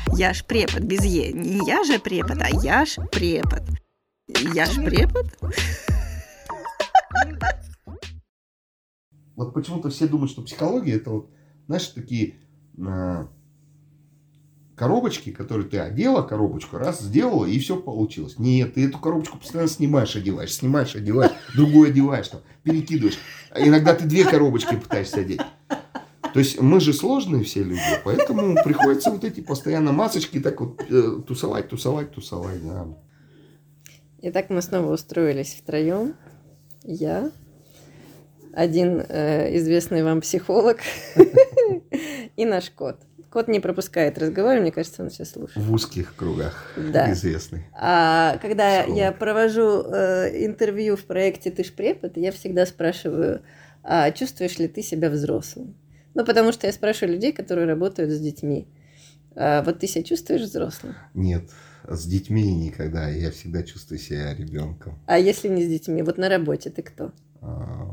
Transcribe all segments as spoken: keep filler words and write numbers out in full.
Я ж препод без Е. Не я же препод, а я ж препод. Я ж препод? Вот почему-то все думают, что психология это вот, знаешь, такие э, коробочки, которые ты одела, коробочку, раз, сделала, и все получилось. Нет, ты эту коробочку постоянно снимаешь, одеваешь, снимаешь, одеваешь, другую одеваешь, там, перекидываешь. Иногда ты две коробочки пытаешься одеть. То есть мы же сложные все люди, поэтому приходится вот эти постоянно масочки так вот э, тусовать, тусовать, тусовать. Да. Итак, мы снова устроились втроем. Я, один э, известный вам психолог и наш кот. Кот не пропускает разговор, мне кажется, он сейчас слушает. В узких кругах да. известный. А когда психолог. Я провожу э, интервью в проекте «Ты ж препод», я всегда спрашиваю, а чувствуешь ли ты себя взрослым? Ну, потому что я спрашиваю людей, которые работают с детьми. А вот ты себя чувствуешь взрослым? Нет, с детьми никогда. Я всегда чувствую себя ребенком. А если не с детьми? Вот на работе ты кто? А,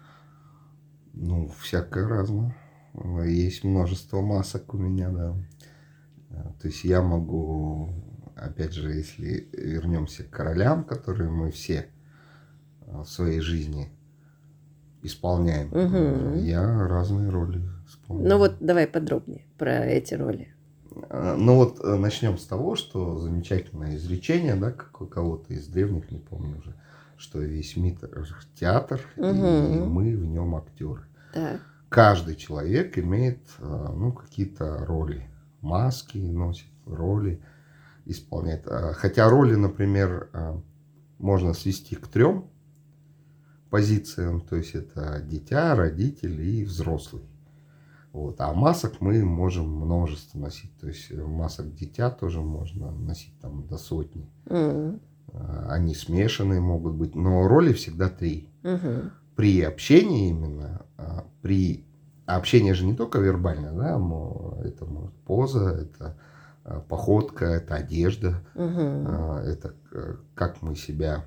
ну, всякое разное. Есть множество масок у меня, да. То есть я могу, опять же, если вернемся к королям, которые мы все в своей жизни исполняем, угу. я разные роли исполняю. Ну вот давай подробнее про эти роли. Ну вот начнем с того, что замечательное изречение, да, как у кого-то из древних, не помню уже, что весь мир театр, угу. и мы в нем актеры. Так. Каждый человек имеет, ну, какие-то роли, маски носит, роли исполняет. Хотя роли, например, можно свести к трем позициям, то есть это дитя, родитель и взрослый. Вот. А масок мы можем множество носить. То есть масок дитя тоже можно носить там до сотни. Mm. Они смешанные могут быть, но роли всегда три. Mm-hmm. При общении именно, при общении же не только вербально, да, это может поза, это походка, это одежда, mm-hmm. это как мы себя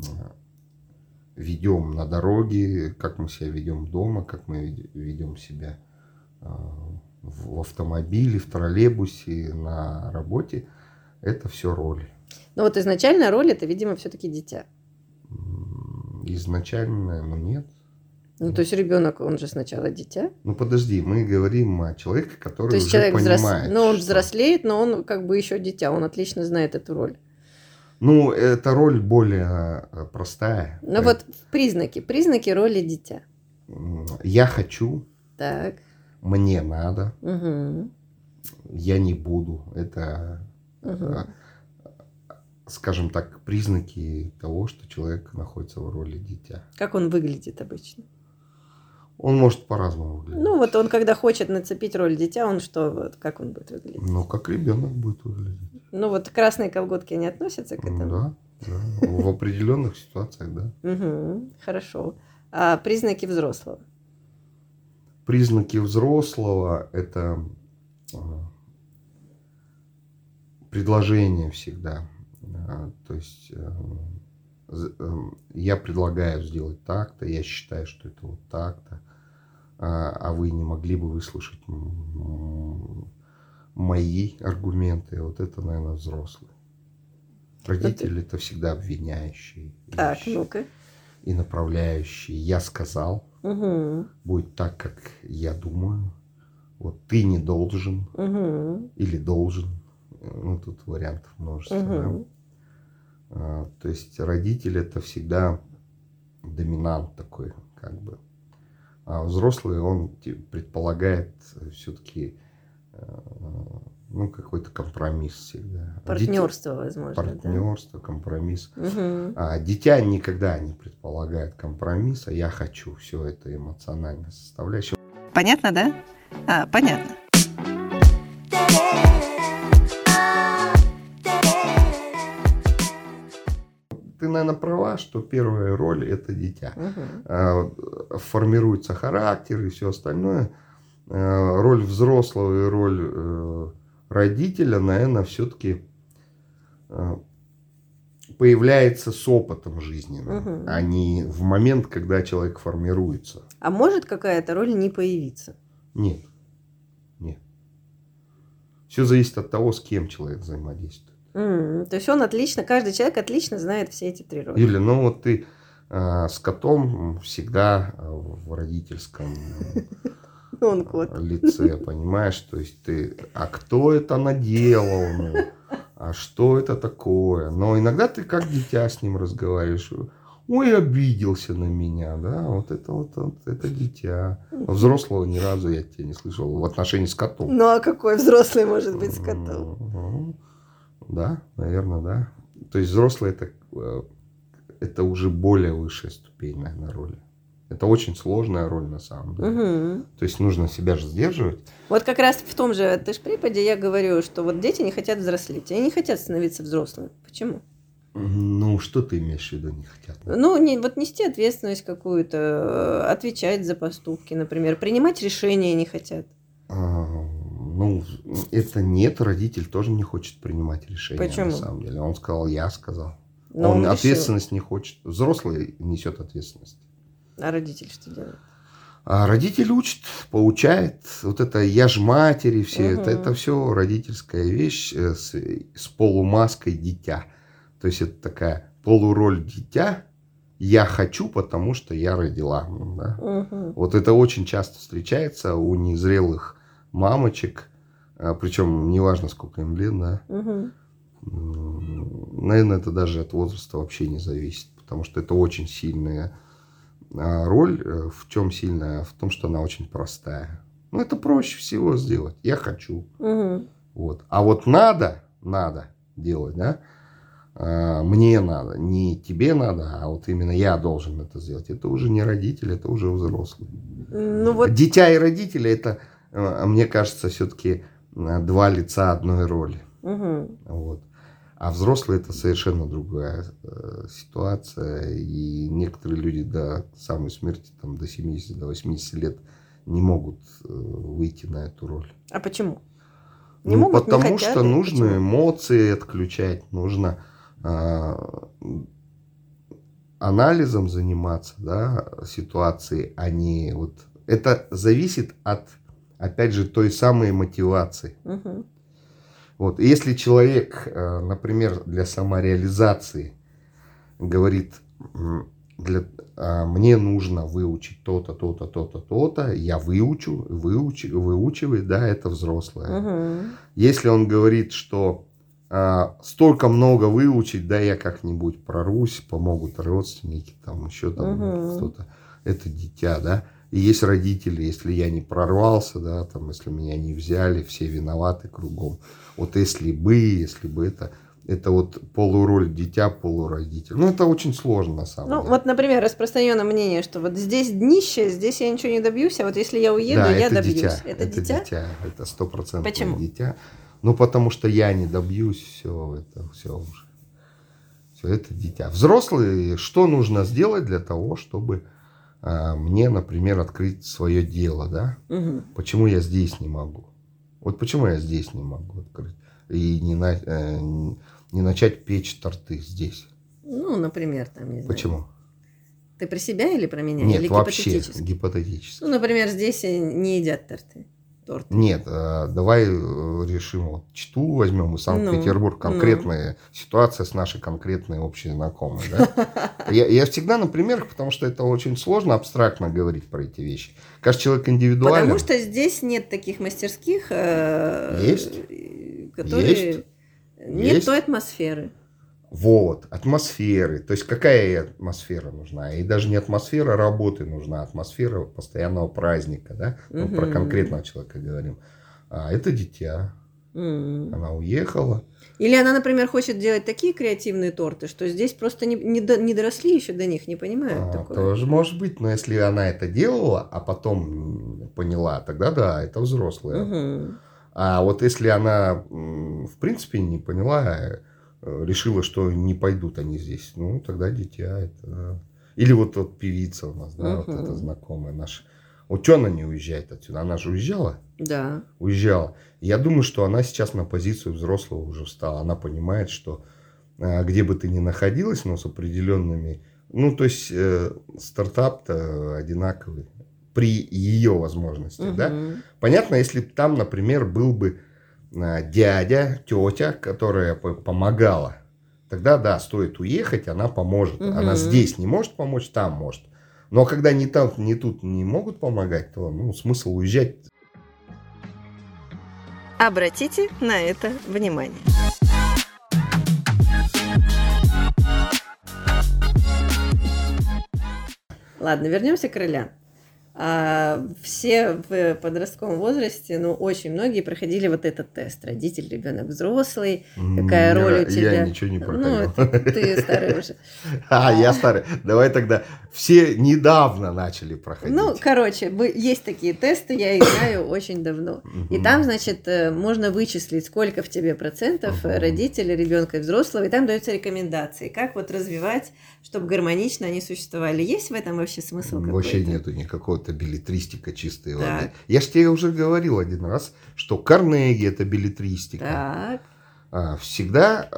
ведем на дороге, как мы себя ведем дома, как мы ведем себя в автомобиле, в троллейбусе, на работе. Это все роли. Ну вот изначально роль это, видимо, все-таки дитя. Изначально, ну нет. Ну, нет. то есть ребенок, он же сначала дитя. Ну, подожди, мы говорим о человеке, который то есть уже человек понимает. Взрос... Ну, он что... взрослеет, но он как бы еще дитя, он отлично знает эту роль. Ну, эта роль более простая. Ну, вот признаки, признаки роли дитя. Я хочу. Так. Мне надо. Угу. Я не буду. Это... Угу. скажем так, признаки того, что человек находится в роли дитя. Как он выглядит обычно? Он может по-разному выглядеть. Ну, вот он, когда хочет нацепить роль дитя, он что, вот, как он будет выглядеть? Ну, как ребенок будет выглядеть. Ну, вот красные колготки не относятся к этому? Да, да. В определенных ситуациях, да. Угу, хорошо. А признаки взрослого? Признаки взрослого – это предложение всегда. То есть я предлагаю сделать так-то, я считаю, что это вот так-то, а вы не могли бы выслушать мои аргументы. Вот это, наверное, взрослый. Родители – это всегда обвиняющие. Так, ну-ка. И направляющие. Я сказал, угу. будет так, как я думаю. Вот ты не должен угу. или должен. Ну, тут вариантов множество. Угу. Да? А, то есть родитель это всегда доминант такой, как бы. А взрослый, он предполагает все-таки ну, какой-то компромисс всегда. Партнерство, Дитя, возможно. Партнерство, да? компромисс. Угу. А дитя никогда не предполагает компромисса. Я хочу, все это эмоциональная составляющая. Понятно, да? А, понятно. Ты, наверное, права, что первая роль – это дитя. Угу. Формируется характер и все остальное. Роль взрослого и роль родителя, наверное, все-таки появляется с опытом жизненным, угу. а не в момент, когда человек формируется. А может какая-то роль не появиться? Нет. Нет. Все зависит от того, с кем человек взаимодействует. Mm, то есть он отлично, каждый человек отлично знает все эти три роли. Юля, ну вот ты э, с котом всегда в родительском Он кот. лице, понимаешь? То есть ты, а кто это наделал? Ну, а что это такое? Но иногда ты как дитя с ним разговариваешь. Ой, обиделся на меня, да? Вот это вот, вот это дитя. Взрослого ни разу я тебя не слышал в отношении с котом. Ну а какой взрослый может быть с котом? Да, наверное, да. То есть взрослый это, это уже более высшая ступень, наверное, роли. Это очень сложная роль на самом деле. Угу. То есть нужно себя же сдерживать. Вот как раз в том же «Ты ж преподе» я говорю, что вот дети не хотят взрослеть, они не хотят становиться взрослыми. Почему? Ну, что ты имеешь в виду не хотят? Ну, не, вот нести ответственность какую-то, отвечать за поступки, например, принимать решения не хотят. А, ну, это нет, родитель тоже не хочет принимать решения. Почему? На самом деле. Он сказал, я сказал. Но он он ответственность решил. Не хочет. Взрослый несет ответственность. А родитель что делает? А родитель учит, поучает. Вот это я ж матери, все Угу. это, это все родительская вещь с, с полумаской дитя. То есть это такая полуроль дитя. Я хочу, потому что я родила. Да? Угу. Вот это очень часто встречается у незрелых мамочек. Причем неважно, сколько им лет, да. Угу. Наверное, это даже от возраста вообще не зависит. Потому что это очень сильная роль. В чем сильная? В том, что она очень простая. Ну, это проще всего сделать. Я хочу. Угу. Вот. А вот надо, надо делать, да. Мне надо, не тебе надо, а вот именно я должен это сделать. Это уже не родитель, это уже взрослый. Ну, вот... Дитя и родители, это, мне кажется, все-таки два лица одной роли. Угу. Вот. А взрослый это совершенно другая ситуация. И некоторые люди до самой смерти, там, до семидесяти, до восьмидесяти лет не могут выйти на эту роль. А почему? Не ну, могут, потому не хотят, что нужно почему? эмоции отключать, нужно анализом заниматься, да, ситуации, а не вот... Это зависит от, опять же, той самой мотивации. Угу. Вот, если человек, например, для самореализации говорит, для, мне нужно выучить то-то, то-то, то-то, то-то, я выучу, выучу, выучивает, да, это взрослое. Угу. Если он говорит, что А, столько много выучить, да, я как-нибудь прорусь, помогут родственники, там еще там Угу. кто-то. Это дитя, да. И есть родители, если я не прорвался, да, там, если меня не взяли, все виноваты кругом. Вот если бы, если бы это, это вот полуроль дитя, полуродитель. Ну, это очень сложно на самом ну, деле. вот, например, распространенное мнение, что вот здесь днище, здесь я ничего не добьюсь, а вот если я уеду, да, я это добьюсь. Дитя, Это, это дитя? дитя, это стопроцентное Почему? дитя. Ну, потому что я не добьюсь, все, это все уже. Все, это дитя. Взрослые, что нужно сделать для того, чтобы а, мне, например, открыть свое дело, да? Угу. Почему я здесь не могу? Вот почему я здесь не могу открыть? И не, на, э, не начать печь торты здесь. Ну, например, там, не знаю. Почему? Ты про себя или про меня? Нет, или вообще, гипотетически? гипотетически. Ну, например, здесь не едят торты. Торты. Нет, давай решим, вот Читу возьмем и Санкт-Петербург, ну, конкретная ну. ситуация с нашей конкретной общей знакомой. Да? я, я всегда на примерах, потому что это очень сложно абстрактно говорить про эти вещи. Каждый человек индивидуален. Потому что здесь нет таких мастерских, Есть. которые... Есть. Нет Есть. той атмосферы. Вот, атмосферы. То есть какая атмосфера нужна? И даже не атмосфера работы нужна, а атмосфера постоянного праздника. Да? Мы Угу. про конкретного человека говорим. А это дитя. Угу. Она уехала. Или она, например, хочет делать такие креативные торты, что здесь просто не, не, до, не доросли еще до них, не понимают А, такое. тоже может быть, но если она это делала, а потом поняла, тогда да, это взрослая. Угу. А вот если она в принципе не поняла, решила, что не пойдут они здесь, ну тогда дитя это... Или вот, вот певица у нас, да, угу. вот эта знакомая наша. Вот что она не уезжает отсюда? Она же уезжала? Да. Уезжала. Я думаю, что она сейчас на позицию взрослого уже встала. Она понимает, что где бы ты ни находилась, но с определенными... Ну, то есть э, стартап-то одинаковый при ее возможностях, угу. да? Понятно, если там, например, был бы дядя, тетя, которая помогала, тогда, да, стоит уехать, она поможет. Угу. Она здесь не может помочь, там может. Но когда ни там, ни тут не могут помогать, то ну, смысл уезжать. Обратите на это внимание. Ладно, вернемся к ролям. А, все в подростковом возрасте, ну, очень многие проходили вот этот тест. Родитель, ребенок, взрослый. Какая роль я, у тебя? Я ничего не проходил. Ну, ты, ты старый уже. А, я старый. Давай тогда. Все недавно начали проходить. Ну, короче, есть такие тесты, я их знаю очень давно. И там, значит, можно вычислить, сколько в тебе процентов родителей, ребенка и взрослого. И там даются рекомендации, как вот развивать, чтобы гармонично они существовали. Есть в этом вообще смысл какой-то? Вообще нету никакого. Это билетристика чистой воды. Я же тебе уже говорил один раз, что Карнеги это билетристика. Так. Всегда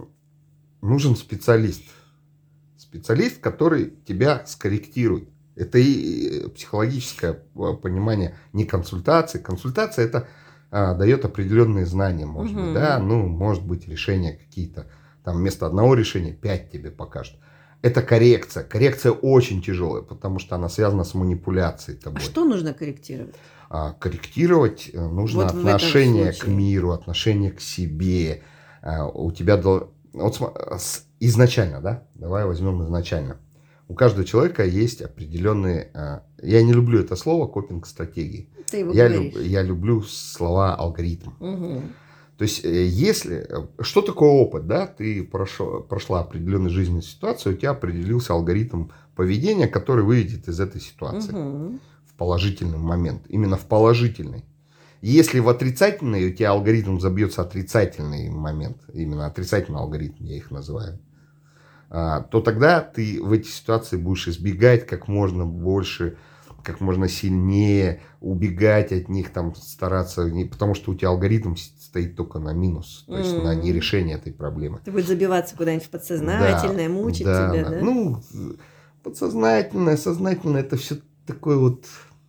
нужен специалист. Специалист, который тебя скорректирует. Это и психологическое понимание не консультации. Консультация это а, дает определенные знания, может угу. быть, да, ну, может быть, решения какие-то. Там вместо одного решения пять тебе покажут. Это коррекция. Коррекция очень тяжелая, потому что она связана с манипуляцией тобой. А что нужно корректировать? А, корректировать нужно вот отношение к миру, отношение к себе. А, у тебя до... вот, изначально, да? Давай возьмем изначально. У каждого человека есть определенные... А, я не люблю это слово копинг-стратегии. Ты его я, говоришь. люб, я люблю слова алгоритм. Угу. То есть, если... Что такое опыт, да? Ты прошел, прошла определенную жизненную ситуацию, у тебя определился алгоритм поведения, который выведет из этой ситуации угу. в положительный момент. Именно в положительный. Если в отрицательный, у тебя алгоритм забьется отрицательный момент, именно отрицательный алгоритм, я их называю, то тогда ты в эти ситуации будешь избегать как можно больше, как можно сильнее, убегать от них, там, стараться, потому что у тебя алгоритм стоит только на минус, то есть mm. на нерешение этой проблемы. Ты будешь забиваться куда-нибудь в подсознательное, да, мучить да, тебя, да? да? Ну, подсознательное, сознательное, это все такое вот...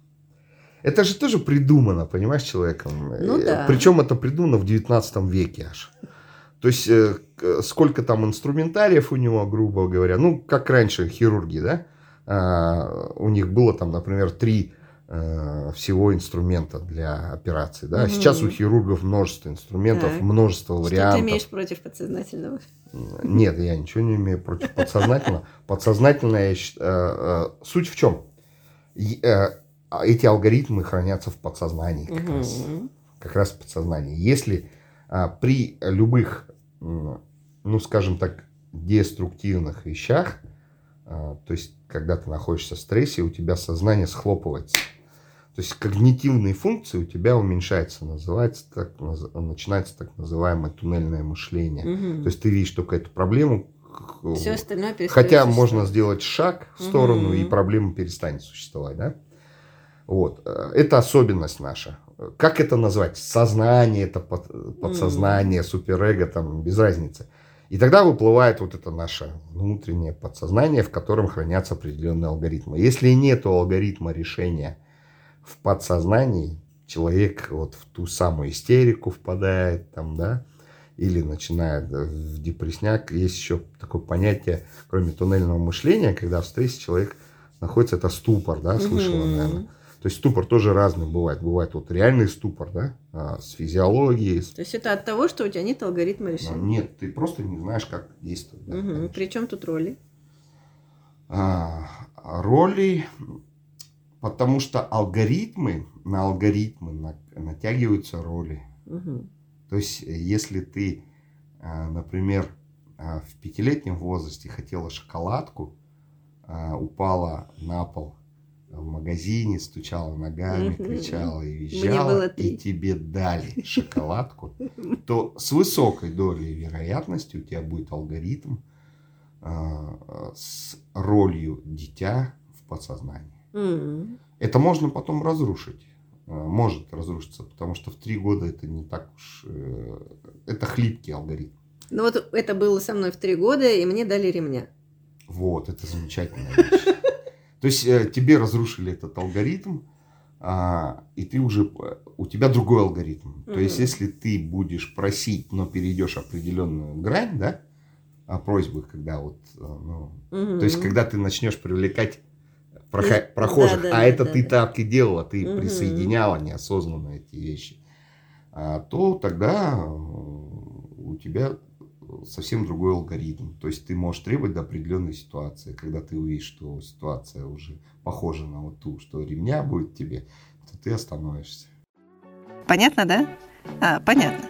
Это же тоже придумано, понимаешь, человеком. Ну, да. Причем это придумано в девятнадцатом веке аж. То есть, э, сколько там инструментариев у него, грубо говоря. Ну, как раньше хирурги, да? А, у них было там, например, три э, всего инструмента для операции. Да? Угу. Сейчас у хирургов множество инструментов, так. множество вариантов. Что ты имеешь против подсознательного? Нет, я ничего не имею против подсознательного. Подсознательное, суть в чем? Эти алгоритмы хранятся в подсознании как угу. раз. Как раз в подсознании. Если а, при любых, ну, скажем так, деструктивных вещах, а, то есть, когда ты находишься в стрессе, у тебя сознание схлопывается. То есть, когнитивные функции у тебя уменьшаются, называется так, начинается так называемое туннельное мышление. Угу. То есть, ты видишь только эту проблему, все остальное перестает хотя можно сделать шаг в сторону, угу. и проблема перестанет существовать, да? Вот. Это особенность наша. Как это назвать? Сознание, это под, подсознание, mm. суперэго, там, без разницы. И тогда выплывает вот это наше внутреннее подсознание, в котором хранятся определенные алгоритмы. Если нет алгоритма решения в подсознании, человек вот в ту самую истерику впадает, там, да, или начинает в депрессняк. Есть еще такое понятие, кроме туннельного мышления, когда в стрессе человек находится, это ступор, да, слышала, mm-hmm. наверное. То есть ступор тоже разный бывает. Бывает вот реальный ступор, да, а, с физиологией. С... То есть это от того, что у тебя нет алгоритма решения? Нет, ты просто не знаешь, как действовать. Да, угу. При чем тут роли? А, роли, потому что алгоритмы, на алгоритмы на, натягиваются роли. Угу. То есть если ты, например, в пятилетнем возрасте хотела шоколадку, упала на пол в магазине, стучала ногами, кричала и визжала, и тебе дали шоколадку, то с высокой долей вероятности у тебя будет алгоритм э, с ролью дитя в подсознании. Mm-hmm. Это можно потом разрушить. Э, может разрушиться, потому что в три года это не так уж... Э, это хлипкий алгоритм. Ну вот это было со мной в три года, и мне дали ремня. Вот, это замечательная вещь. То есть э, тебе разрушили этот алгоритм, а, и ты уже, у тебя другой алгоритм. Mm-hmm. То То есть, если ты будешь просить, но перейдешь определенную грань, да, о просьбах, когда вот, ну, Угу. то есть, когда ты начнешь привлекать прохо- прохожих, да, да, а да, это да, ты да. так и делала, ты Угу. присоединяла неосознанно эти вещи, а, то тогда у тебя совсем другой алгоритм. То есть, ты можешь требовать до определенной ситуации, когда ты увидишь, что ситуация уже похожа на вот ту, что ремня будет тебе, то ты остановишься. Понятно, да? А, понятно.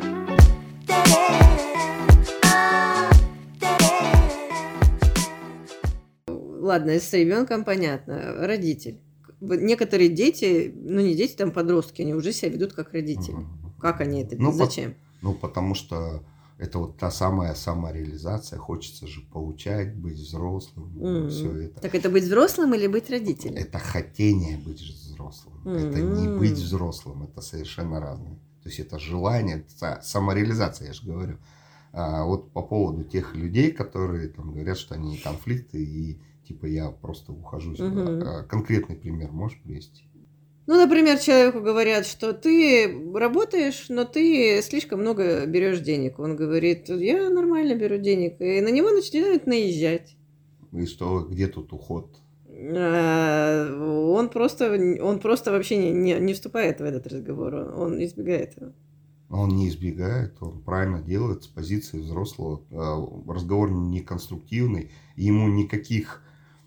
Ладно, с ребенком понятно. Родитель. Некоторые дети, ну не дети, там подростки, они уже себя ведут как родители. Угу. Как они это Ну, делают? Зачем? Ну, потому что это вот та самая самореализация. Хочется же получать, быть взрослым. Mm-hmm. Все это. Так это быть взрослым или быть родителем? Это хотение быть взрослым. Mm-hmm. Это не быть взрослым. Это совершенно разное. То есть это желание, это самореализация, я же говорю. А вот по поводу тех людей, которые там говорят, что они конфликты и типа я просто ухожу. Mm-hmm. Конкретный пример можешь привести? Ну, например, человеку говорят, что ты работаешь, но ты слишком много берешь денег. Он говорит, я нормально беру денег. И на него начинают наезжать. И что, где тут уход? А, он просто, он просто вообще не, не, не вступает в этот разговор. Он, он избегает его. Он не избегает, он правильно делает с позиции взрослого. Разговор не конструктивный. Ему никаких...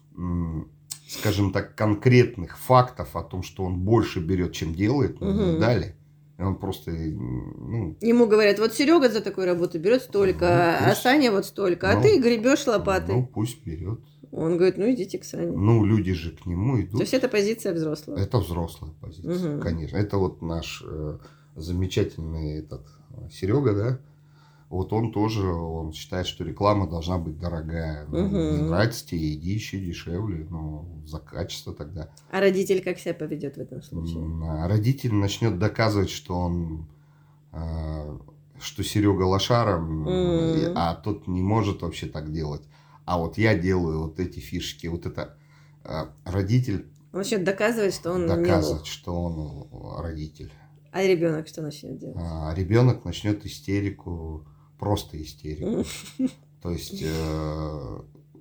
скажем так, конкретных фактов о том, что он больше берет, чем делает, мы не дали. Он просто, ну... Ему говорят, вот Серега за такую работу берет столько, ну, пусть, а Саня вот столько, ну, а ты гребешь лопатой. Ну, пусть берет. Он говорит, ну, идите к Сане. Ну, люди же к нему идут. То есть, это позиция взрослого. Это взрослая позиция, угу. Конечно. Это вот наш э, замечательный этот Серега, да? Вот он тоже, он считает, что реклама должна быть дорогая. Ну, угу. Не нравится тебе, иди ищи дешевле, ну, за качество тогда. А родитель как себя поведет в этом случае? А родитель начнет доказывать, что он, э, что Серега лошара, угу. А тот не может вообще так делать. А вот я делаю вот эти фишки, вот это э, родитель... Он начнет доказывать, что он доказывать, что он родитель. А ребенок что начнет делать? А ребенок начнет истерику. Просто истерика. То есть э,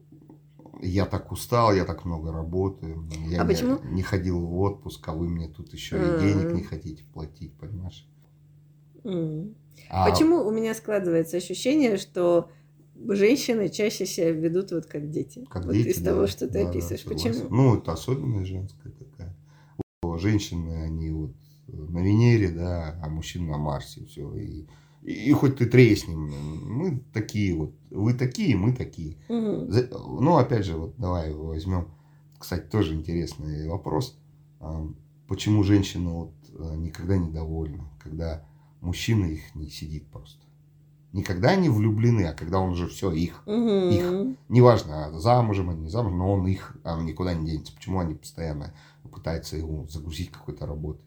я так устал, я так много работаю, я а не, почему? не ходил в отпуск, а вы мне тут еще mm. и денег не хотите платить, понимаешь? Mm. А почему у меня складывается ощущение, что женщины чаще себя ведут вот как дети? Как вот дети, из да, того, что ты да, описываешь. да, почему? Ну, это особенность женская такая. Женщины, они вот на Венере, да, а мужчины на Марсе, все, и И хоть ты тресни, мы такие вот, вы такие, мы такие. Угу. Ну, опять же, вот давай возьмем, кстати, тоже интересный вопрос. Почему женщины вот никогда не довольны, когда мужчина их не сидит просто? Никогда они влюблены, а когда он уже все, их, угу. их. Неважно, замужем они, не замужем, но он их, он никуда не денется. Почему они постоянно пытаются его загрузить какой-то работой?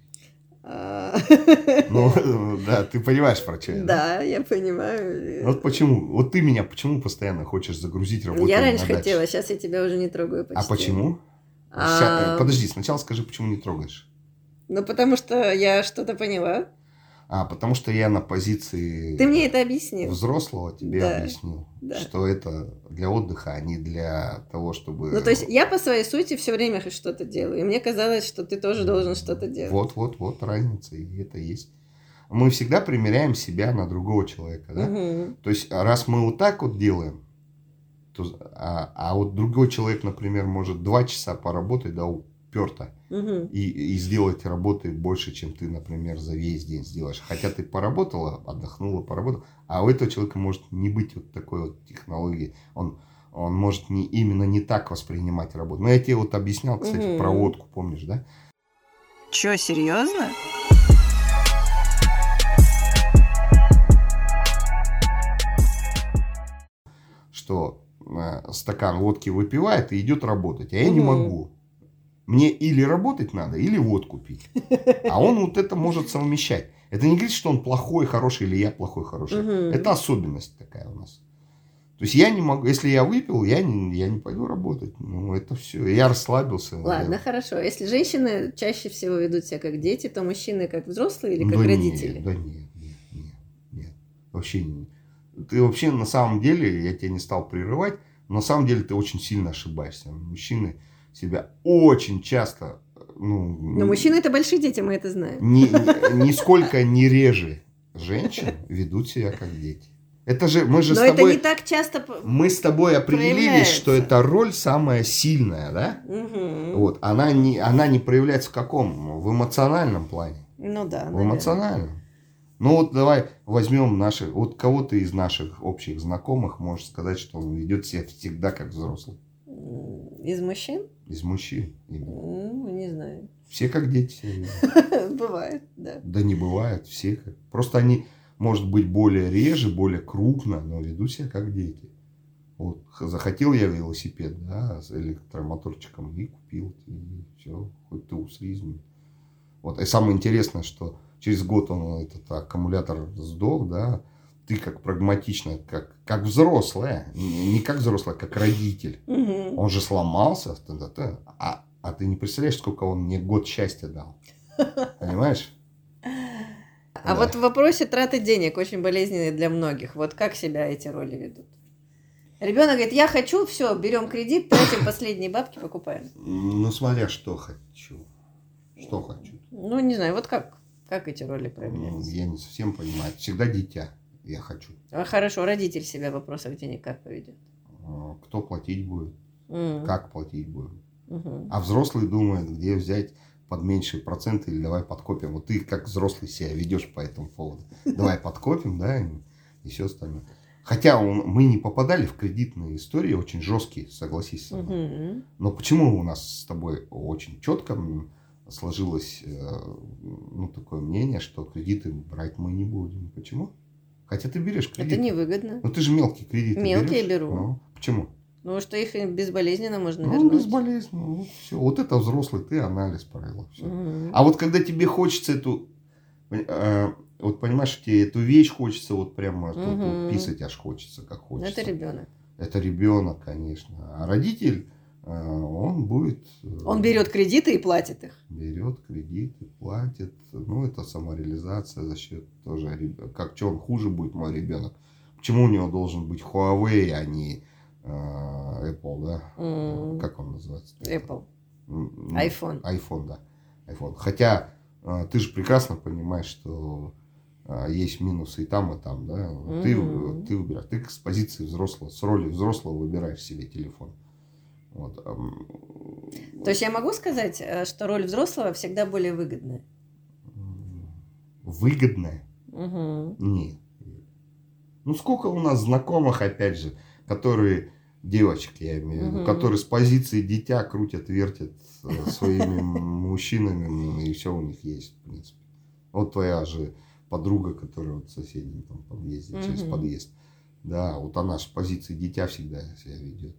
Ну, да, ты понимаешь, про что я. Да, я понимаю. Вот почему, вот ты меня почему постоянно хочешь загрузить работу? Я раньше хотела, сейчас я тебя уже не трогаю почти. А почему? Сейчас, подожди, сначала скажи, почему не трогаешь. Ну, потому что я что-то поняла. А, потому что я на позиции... Ты мне это объяснил. Взрослого тебе да. объяснил, да. что это для отдыха, а не для того, чтобы... Ну, то есть, я по своей сути все время что-то делаю. И мне казалось, что ты тоже должен что-то делать. Вот, вот, вот разница, и это есть. Мы всегда примеряем себя на другого человека, да? Угу. То есть, раз мы вот так вот делаем, то, а, а вот другой человек, например, может два часа поработать, да, уперто, угу. и, и сделать работы больше, чем ты, например, за весь день сделаешь. Хотя ты поработала, отдохнула, поработала, а у этого человека может не быть вот такой вот технологии. Он, он может не, именно не так воспринимать работу. Но я тебе вот объяснял, кстати, угу. про водку, помнишь, да? Чё, серьезно? Что э, стакан водки выпивает и идет работать, а я угу. не могу. Мне или работать надо, или водку пить. А он вот это может совмещать. Это не говорит, что он плохой, хороший, или я плохой, хороший. Угу. Это особенность такая у нас. То есть я не могу, если я выпил, я не, я не пойду работать. Ну, это все. Я расслабился. Ладно, я... хорошо. Если женщины чаще всего ведут себя как дети, то мужчины как взрослые или как да родители? Нет, да нет, нет, нет, нет. Вообще не. Ты вообще на самом деле, я тебя не стал прерывать, но на самом деле ты очень сильно ошибаешься. Мужчины себя очень часто... Ну, но мужчины это большие дети, мы это знаем. Ни, ни, нисколько не реже женщин ведут себя как дети. Это же мы же Но с это тобой, не так часто мы с тобой определились, что эта роль самая сильная, да? Угу. Вот, она не, она не проявляется в каком? В эмоциональном плане. Ну да. В наверное. эмоциональном. Ну вот давай возьмем наши, вот кого-то из наших общих знакомых можешь сказать, что он ведет себя всегда как взрослый. Из мужчин? Из мужчин. Ну, не знаю. Все как дети. Бывает, да. Да не бывает, все как. Просто они, может быть, более реже, более крупно, но ведут себя как дети. Вот захотел я велосипед, да, с электромоторчиком и купил. И все, хоть ты услизни. Вот. И самое интересное, что через год он, этот аккумулятор сдох, да, ты как прагматично, как, как взрослая, не как взрослая, как родитель. Угу. Он же сломался, а, а ты не представляешь, сколько он мне год счастья дал. Понимаешь? А Да. вот в вопросе траты денег очень болезненный для многих. Вот как себя эти роли ведут? Ребенок говорит, я хочу, все, берем кредит, тратим последние бабки, покупаем. Ну, смотря что хочу. Что хочу. Ну, не знаю, вот как, как эти роли Ну, проявляются? я не совсем понимаю. Всегда дитя. Я хочу. А хорошо, родитель себя в вопросах денег как поведет? А, Кто платить будет? М. Как платить будет? Мгм. А взрослый думает, где взять под меньшие проценты или давай подкопим. Вот ты как взрослый себя ведешь по этому поводу. Давай подкопим, да, и все остальное. Хотя он, мы не попадали в кредитные истории, очень жесткие, согласись со мной. Мгм. Но почему у нас с тобой очень четко сложилось ну, такое мнение, что кредиты брать мы не будем? Почему? Хотя ты берешь кредит. Это невыгодно. Ну ты же мелкие кредиты Мелкие берешь. беру. Ну, почему? Ну, что их безболезненно можно Ну, вернуть. безболезненно. Вот, все. Вот это взрослый, ты анализ провела. Всё. Мгм. А вот когда тебе хочется эту, э, вот понимаешь, тебе эту вещь хочется, вот прямо тут Мгм. вот писать аж хочется, как Ну, хочется. это ребенок. Это ребенок, конечно. А родитель, э, он будет... э, Он берет кредиты и платит их. Берет кредиты, платит. Ну, это самореализация за счет тоже ребенка. Как что он хуже будет, мой ребенок? Почему у него должен быть Huawei, а не э, Apple, да? М. Как он называется? Apple. М, ну, iPhone. iPhone, да. iPhone. Хотя э, ты же прекрасно понимаешь, что э, есть минусы и там, и там, да? Ты, Мгм. ты выбираешь. Ты с позиции взрослого, с роли взрослого выбираешь себе телефон. Вот. эм, То есть я могу сказать, э, что роль взрослого всегда более выгодная? Выгодное? Угу. Нет. Ну, сколько у нас знакомых, опять же, которые, девочки, я имею в виду, Мгм. которые с позиции дитя крутят, вертят э, своими мужчинами, и все у них есть, в принципе. Вот твоя же подруга, которая вот в соседнем там подъезде, через Мгм. подъезд. Да, вот она с позиции дитя всегда себя ведет.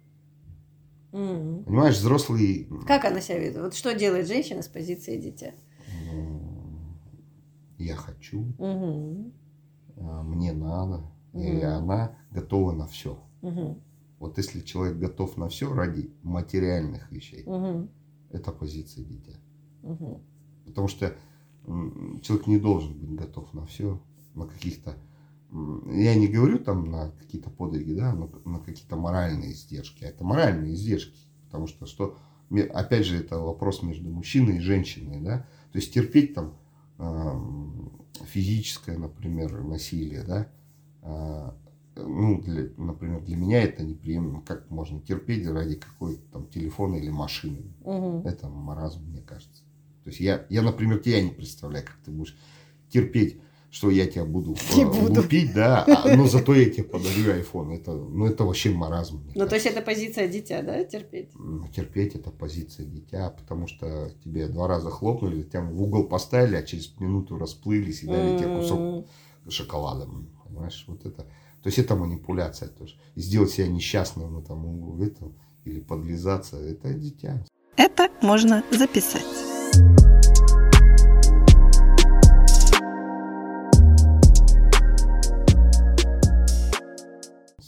Мгм. Понимаешь, взрослый... Как она себя ведет? Вот что делает женщина с позиции дитя? м, Я хочу, Угу. а, мне надо, и Мгм. она готова на все. Угу. Вот если человек готов на все ради материальных вещей, Угу. это позиция дитя. Угу. Потому что м, человек не должен быть готов на все, на каких-то... м, Я не говорю там на какие-то подвиги, да, но на какие-то моральные издержки. А это моральные издержки. Потому что, что, ме- опять же, это вопрос между мужчиной и женщиной, да. То есть терпеть там ам, физическое, например, насилие, да. а, Ну, для, например, для меня это неприемлемо. Как можно терпеть ради какой-то там телефона или машины? Угу. Это маразм, мне кажется. То есть я, я, например, тебя не представляю, как ты будешь терпеть, что я тебя буду, Не э, буду. лупить, да, а, но зато я тебе подарю айфон. Это, ну, это вообще маразм. Мне Ну, то есть кажется. это позиция дитя, да, терпеть? М, Терпеть это позиция дитя, потому что тебе два раза хлопнули, тебя в угол поставили, а через минуту расплылись и дали тебе кусок М. шоколада. Понимаешь, вот это. То есть это манипуляция тоже. И сделать себя несчастным в этом углу, это, или подлизаться, это дитя. Это можно записать. А в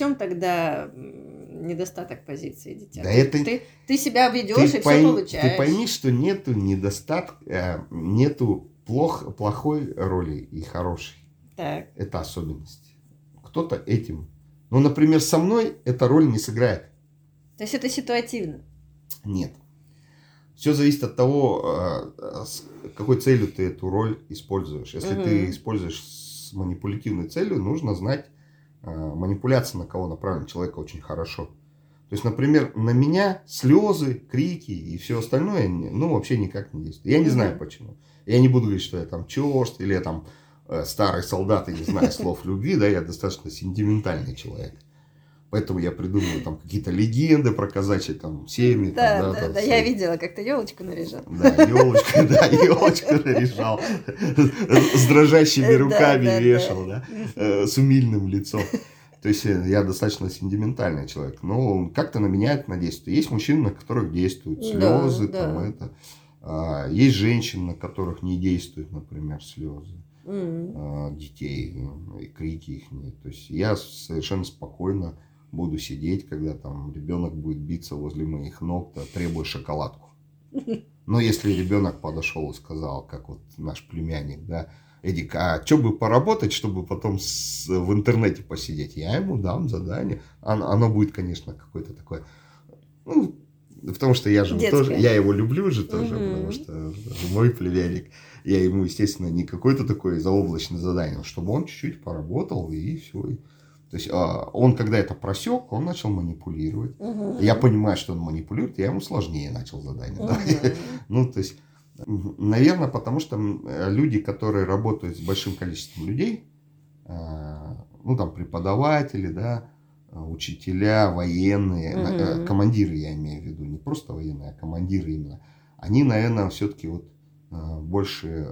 чем тогда недостаток позиции дитя? Да ты, это... ты, ты себя ведешь ты и пойми, все получаешь. Ты пойми, что нету недостатка, нету плох, плохой роли и хорошей. Так. Это особенность. Кто-то этим. Ну, например, со мной эта роль не сыграет. То есть это ситуативно? Нет. Все зависит от того, с какой целью ты эту роль используешь. Если угу. ты используешь с манипулятивной целью, нужно знать, манипуляция на кого направлена человека очень хорошо. То есть, например, на меня слезы, крики и все остальное, ну, вообще никак не действует. Я не угу. знаю почему. Я не буду говорить, что я там черст или я там старый солдат и не знаю слов любви, да, я достаточно сентиментальный человек. Поэтому я придумываю там какие-то легенды про казачьи там семьи. Да, там, да, там, да, все. Я видела, как ты елочку наряжал. Да, елочку, да, елочку наряжал. С дрожащими руками вешал, да, с умильным лицом. То есть я достаточно сентиментальный человек. Но как-то на меня это действует. Есть мужчины, на которых действуют слезы, там это. Есть женщины, на которых не действуют, например, слезы. Mm. детей и крики их нет. То есть я совершенно спокойно буду сидеть, когда там ребенок будет биться возле моих ног, требуя шоколадку. Но если ребенок подошел и сказал, как вот наш племянник, да, Эдик, а что бы поработать, чтобы потом с, в интернете посидеть? Я ему дам задание. Оно, оно будет, конечно, какое-то такое, ну, потому что я же тоже, я его люблю же тоже, угу. потому что мой племянник. Я ему, естественно, не какое-то такое заоблачное задание, чтобы он чуть-чуть поработал и все. То есть он, когда это просек, он начал манипулировать. Угу. Я понимаю, что он манипулирует, я ему сложнее начал задание. Угу. Да? Ну, то есть, наверное, потому что люди, которые работают с большим количеством людей, ну, там, преподаватели, да, учителя, военные, угу. командиры, я имею в виду, не просто военные, а командиры именно, они, наверное, все-таки вот больше,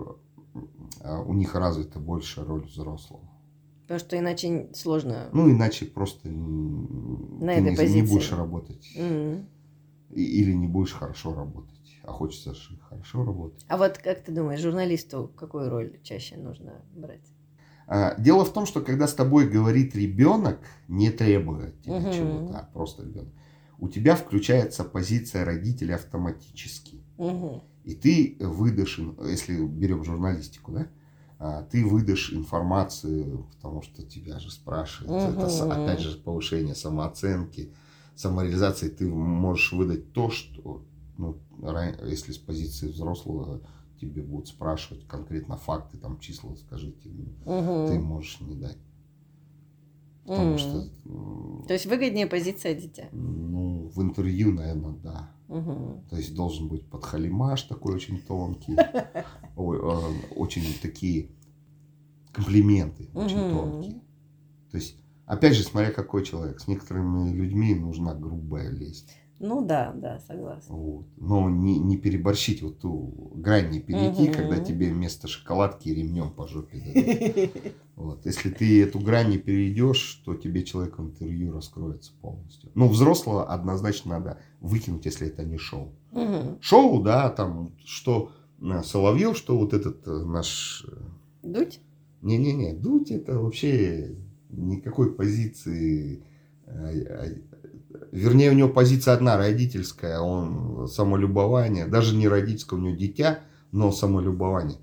у них развита больше роль взрослого. Потому что иначе сложно. Ну, иначе просто на ты этой не, не будешь работать. Mm-hmm. Или не будешь хорошо работать. А хочется же хорошо работать. А вот как ты думаешь, журналисту какую роль чаще нужно брать? Дело в том, что когда с тобой говорит ребенок, не требуя от тебя mm-hmm. чего-то, а просто ребенок, у тебя включается позиция родителя автоматически. Mm-hmm. И ты выдашь, если берем журналистику, да, ты выдашь информацию, потому что тебя же спрашивают. Uh-huh. Это, опять же, повышение самооценки, самореализации. Ты можешь выдать то, что, ну, если с позиции взрослого тебе будут спрашивать конкретно факты, там, числа, скажите, uh-huh. ты можешь не дать. Потому uh-huh. что... То есть выгоднее позиция дитя? Ну, в интервью, наверное, да. Угу. То есть должен быть подхалимаш такой очень тонкий, очень такие комплименты очень тонкие. То есть, опять же, смотря какой человек, с некоторыми людьми нужна грубая лесть. Ну да, да, согласна. Вот. Но не, не переборщить, вот ту грань не перейти, угу. когда тебе вместо шоколадки ремнем по жопе дадут. Вот. Если ты эту грань не перейдешь, то тебе человек в интервью раскроется полностью. Ну, взрослого однозначно надо выкинуть, если это не шоу. Угу. Шоу, да, там, что Соловьев, что вот этот наш... Дудь? Не-не-не, Дудь это вообще никакой позиции... Вернее, у него позиция одна, родительская, он самолюбование, даже не родительское, у него дитя, но самолюбование.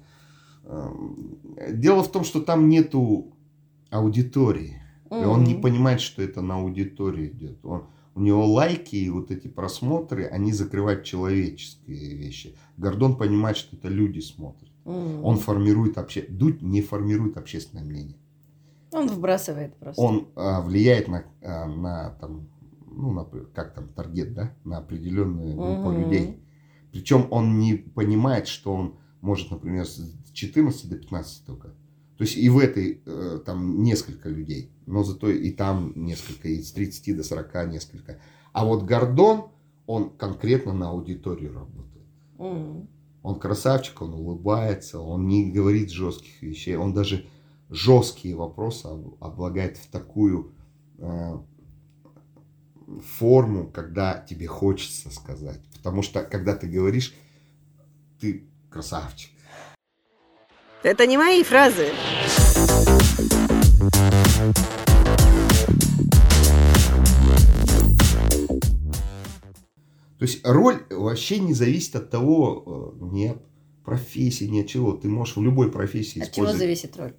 Дело в том, что там нету аудитории, mm-hmm. и он не понимает, что это на аудитории идет. Он, у него лайки и вот эти просмотры, они закрывают человеческие вещи. Гордон понимает, что это люди смотрят. Mm-hmm. Он формирует обще... Дудь не формирует общественное мнение. Он вбрасывает просто. Он а, влияет на, а, на там, ну, на, как там, таргет, да, на определенную группу угу. людей. Причем он не понимает, что он может, например, с четырнадцати до пятнадцати только. То есть и в этой э, там несколько людей, но зато и там несколько, и с тридцати до сорока несколько. А вот Гордон, он конкретно на аудиторию работает. Угу. Он красавчик, он улыбается, он не говорит жестких вещей, он даже жесткие вопросы облагает в такую э, форму, когда тебе хочется сказать. Потому что, когда ты говоришь, ты красавчик. Это не мои фразы. То есть роль вообще не зависит от того, ни от профессии, ни от чего. Ты можешь в любой профессии от использовать. От чего зависит роль?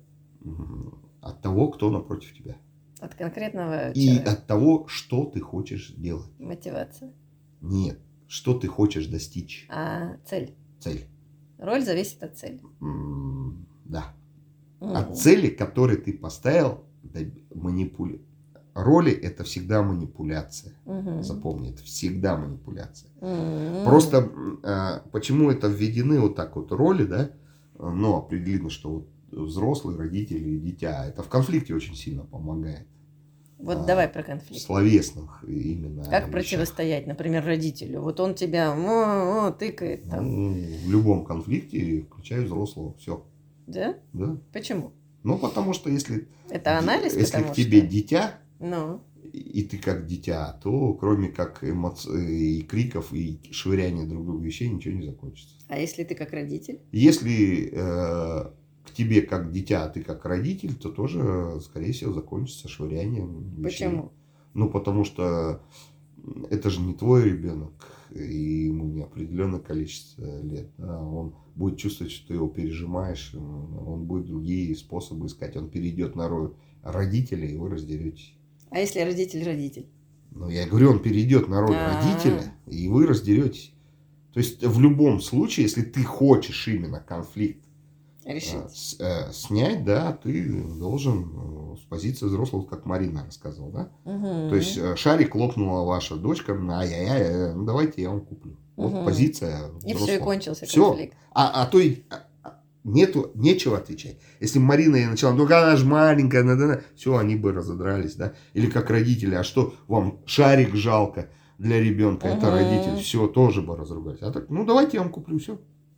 От того, кто напротив тебя. От конкретного И человека. от того, что ты хочешь делать. Мотивация. Нет. Что ты хочешь достичь. А цель. Цель. Роль зависит от цели. М, Да. Mm. От цели, которую ты поставил, манипуля... роли это всегда манипуляция. Mm-hmm. Запомни, это всегда манипуляция. Mm-hmm. Просто э, почему это введены вот так вот роли, да? Ну, определенно, что вот взрослые, родители и дитя. Это в конфликте очень сильно помогает. Вот а, давай про конфликт. Словесных именно. Как вещах. Противостоять, например, родителю? Вот он тебя о, о, тыкает там. Ну, в любом конфликте, включая взрослого, все. Да? Да. Почему? Ну, потому что если, Это анализ, если потому к тебе что... дитя, ну. и ты как дитя, то кроме как эмоций, и криков, и швыряния друг друга вещей ничего не закончится. А если ты как родитель? Если э, к тебе как дитя, а ты как родитель, то тоже, скорее всего, закончится швырянием вещей. Почему? Ну, потому что это же не твой ребенок, и ему не определенное количество лет. Да? Он будет чувствовать, что ты его пережимаешь, он будет другие способы искать, он перейдет на роль родителя, и вы раздеретесь. А если родитель-родитель? Ну, я говорю, он перейдет на роль А-а-а. родителя, и вы раздеретесь. То есть, в любом случае, если ты хочешь именно конфликт решить, э, с, э, снять, да, ты должен э, с позиции взрослого, как Марина рассказывала, да? угу. То есть, э, шарик лопнула ваша дочка, ай-яй-яй, ну, давайте я вам куплю. Вот Угу. позиция взрослого. И все, и кончился Всё. конфликт. А, а то и а, нету, нечего отвечать. Если Марина ей начала, ну она же маленькая, надо, надо. Все, они бы разодрались, да. Или как родители, а что вам шарик жалко для ребенка, Угу. это родитель, все, тоже бы разругались. А так, ну давайте я вам куплю, все.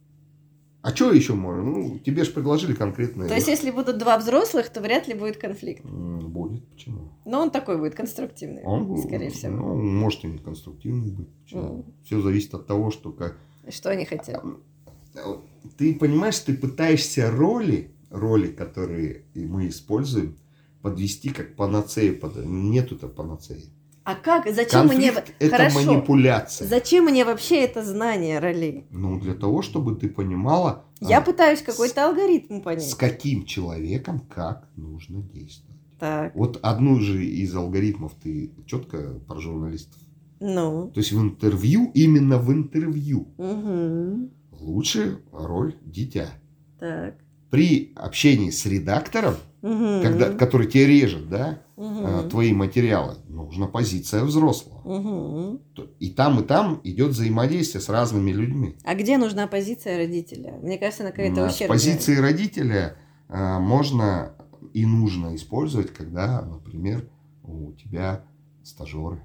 А что еще можно? Ну, тебе же предложили конкретное. То есть, если будут два взрослых, то вряд ли будет конфликт. Будет, почему? Но он такой будет конструктивный, Он, скорее всего. Ну, может и не конструктивный быть. Mm. Все зависит от того, что как... Что они хотят. Ты понимаешь, ты пытаешься роли, роли, которые мы используем, подвести как панацею. Под... Нету-то панацеи. А как? Зачем мне... Конфликт – это Хорошо. манипуляция. Зачем мне вообще это знание ролей? Ну, для того, чтобы ты понимала... Я а, пытаюсь какой-то алгоритм понять. С каким человеком как нужно действовать. Так. Вот одну же из алгоритмов ты четко про журналистов. Ну. То есть в интервью, именно в интервью, Угу. лучше роль дитя. Так. При общении с редактором, Угу. когда, который тебе режет, да, угу. твои материалы, нужна позиция взрослого. Угу. И там, и там идет взаимодействие с разными людьми. А где нужна позиция родителя? Мне кажется, она какая-то С ущербная. позиции родителя а, можно и нужно использовать, когда, например, у тебя стажеры.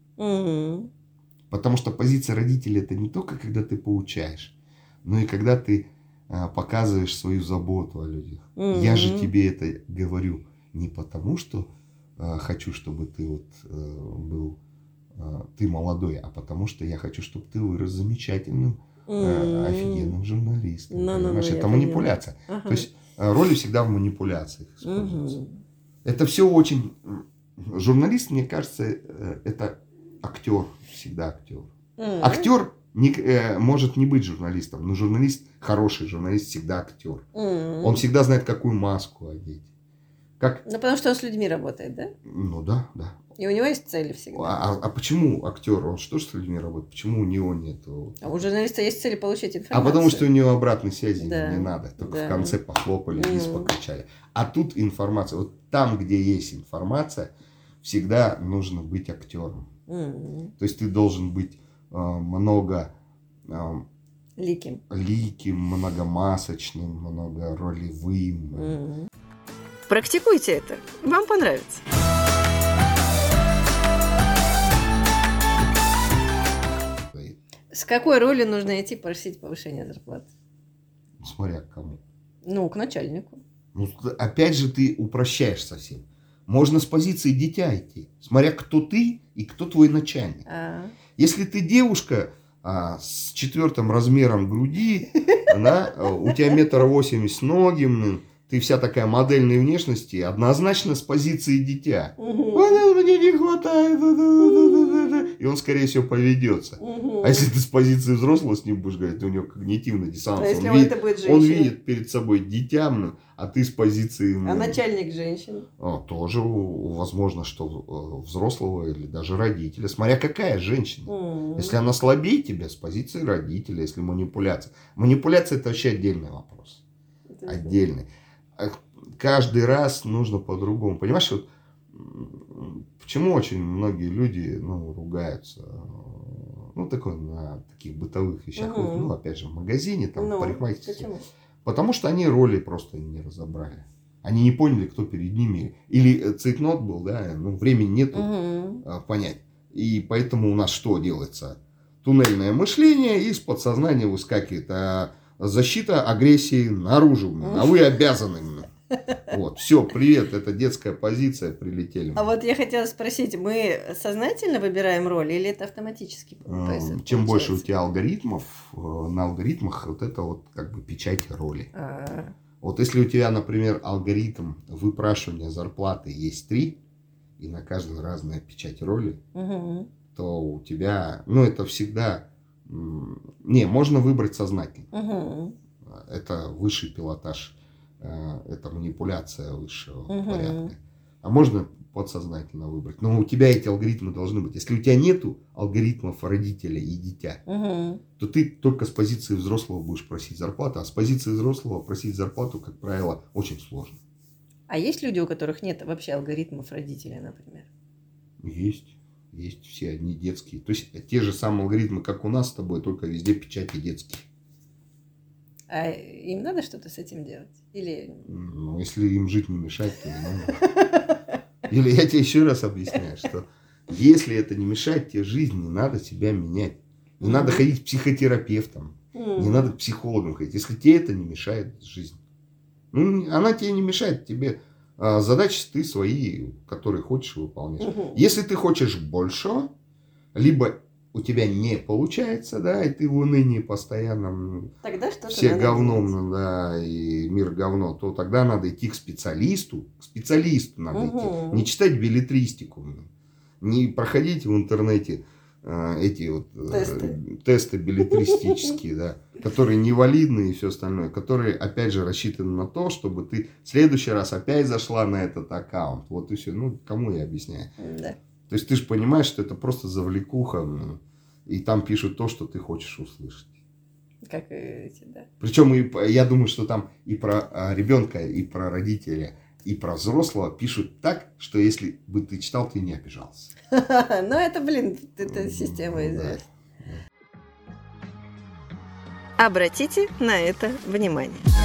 Угу. Потому что позиция родителя это не только когда ты получаешь, но и когда ты а, показываешь свою заботу о людях. Угу. Я же тебе это говорю не потому, что а, хочу, чтобы ты вот а, был а, ты молодой, а потому что я хочу, чтобы ты вырос замечательным, а, офигенным журналистом. Ну, ну, Понимаешь, ну, это я манипуляция. Ага. То есть а, роли всегда в манипуляциях используются. Угу. Это все очень... Журналист, мне кажется, это актер, всегда актер. Угу. Актер не, э, может не быть журналистом, но журналист, хороший журналист, всегда актер. Угу. Он всегда знает, какую маску одеть. Как... Ну, потому что он с людьми работает, да? Ну да, да. И у него есть цели всегда. А, а почему актер? Он что ж с людьми работает? Почему у него нет? А у журналиста есть цель получить информацию. А потому что у него обратной связи Да. не надо. Только Да. в конце похлопали, вниз Mm. покричали. А тут информация. Вот там, где есть информация, всегда нужно быть актером. М. То есть ты должен быть э, много э, Ликим. ликим, многомасочным, многоролевым. М. Практикуйте это, вам понравится. С какой роли нужно идти просить повышения зарплаты? Смотря к кому. Ну, к начальнику. Ну, опять же, ты упрощаешь совсем. Можно с позиции дитя идти, смотря кто ты и кто твой начальник. А. Если ты девушка а, с четвертым размером груди, да, у тебя метр восемьдесят ноги, ты вся такая модельной внешности, однозначно с позиции дитя. Мгм. Мне не хватает. и он, скорее всего, поведется. Угу. А если ты с позиции взрослого с ним будешь говорить, у него когнитивный диссонанс. А если он, он, видит, это будет он видит перед собой дитя, а ты с позиции... А начальник женщин? А, тоже возможно, что взрослого или даже родителя. Смотря какая женщина. Mm. Если она слабее тебя, с позиции родителя, если манипуляция. Манипуляция – это вообще отдельный вопрос. Это отдельный. Каждый раз нужно по-другому. Понимаешь, вот, почему очень многие люди ну, ругаются? Ну, такой, на таких бытовых вещах. Mm-hmm. Ну, опять же, в магазине, там, no. в парикмахерской. Почему? Потому что они роли просто не разобрали. Они не поняли, кто перед ними. Или цейтнот был, да, ну, времени нету угу. а, понять. И поэтому у нас что делается? Туннельное мышление, и из подсознания выскакивает а защита агрессии наружу. А вы обязаны. Вот, все, привет, это детская позиция, прилетели. А вот я хотела спросить, мы сознательно выбираем роли или это автоматически? Чем получается? Больше у тебя алгоритмов, на алгоритмах вот это вот как бы печать роли. А-а-а. Вот если у тебя, например, алгоритм выпрашивания зарплаты есть три, и на каждую разная печать роли, угу. то у тебя, ну это всегда, не, можно выбрать сознательно. Угу. Это высший пилотаж. Это манипуляция высшего угу. порядка. А можно подсознательно выбрать. Но у тебя эти алгоритмы должны быть. Если у тебя нету алгоритмов родителя и дитя, угу. то ты только с позиции взрослого будешь просить зарплату. А с позиции взрослого просить зарплату, как правило, очень сложно. А есть люди, у которых нет вообще алгоритмов родителя, например? Есть. Есть все одни детские. То есть те же самые алгоритмы, как у нас с тобой, только везде печати детские. А им надо что-то с этим делать? Или... Ну, если им жить не мешать, то не надо. Или я тебе еще раз объясняю, что если это не мешает тебе жизни, не надо себя менять. Не mm-hmm. надо ходить к психотерапевтам. Mm-hmm. Не надо к психологам ходить. Если тебе это не мешает жизнь. Ну, она тебе не мешает. Тебе а, задачи ты свои, которые хочешь, выполнять. Mm-hmm. Если ты хочешь большего, либо... у тебя не получается, да, и ты в унынии постоянно, тогда что-то все говном, делать. Да, и мир говно, то тогда надо идти к специалисту, к специалисту надо угу. идти, не читать беллетристику, не проходить в интернете э, эти вот тесты, э, тесты беллетристические, да, которые невалидны и все остальное, которые, опять же, рассчитаны на то, чтобы ты в следующий раз опять зашла на этот аккаунт, вот и все, ну, кому я объясняю. Да. То есть ты же понимаешь, что это просто завлекуха, ну, и там пишут то, что ты хочешь услышать. Как эти, да. Причем и, я думаю, что там и про ребенка, и про родителя, и про взрослого пишут так, что если бы ты читал, ты не обижался. Ну это, блин, это система известна. Обратите на это внимание.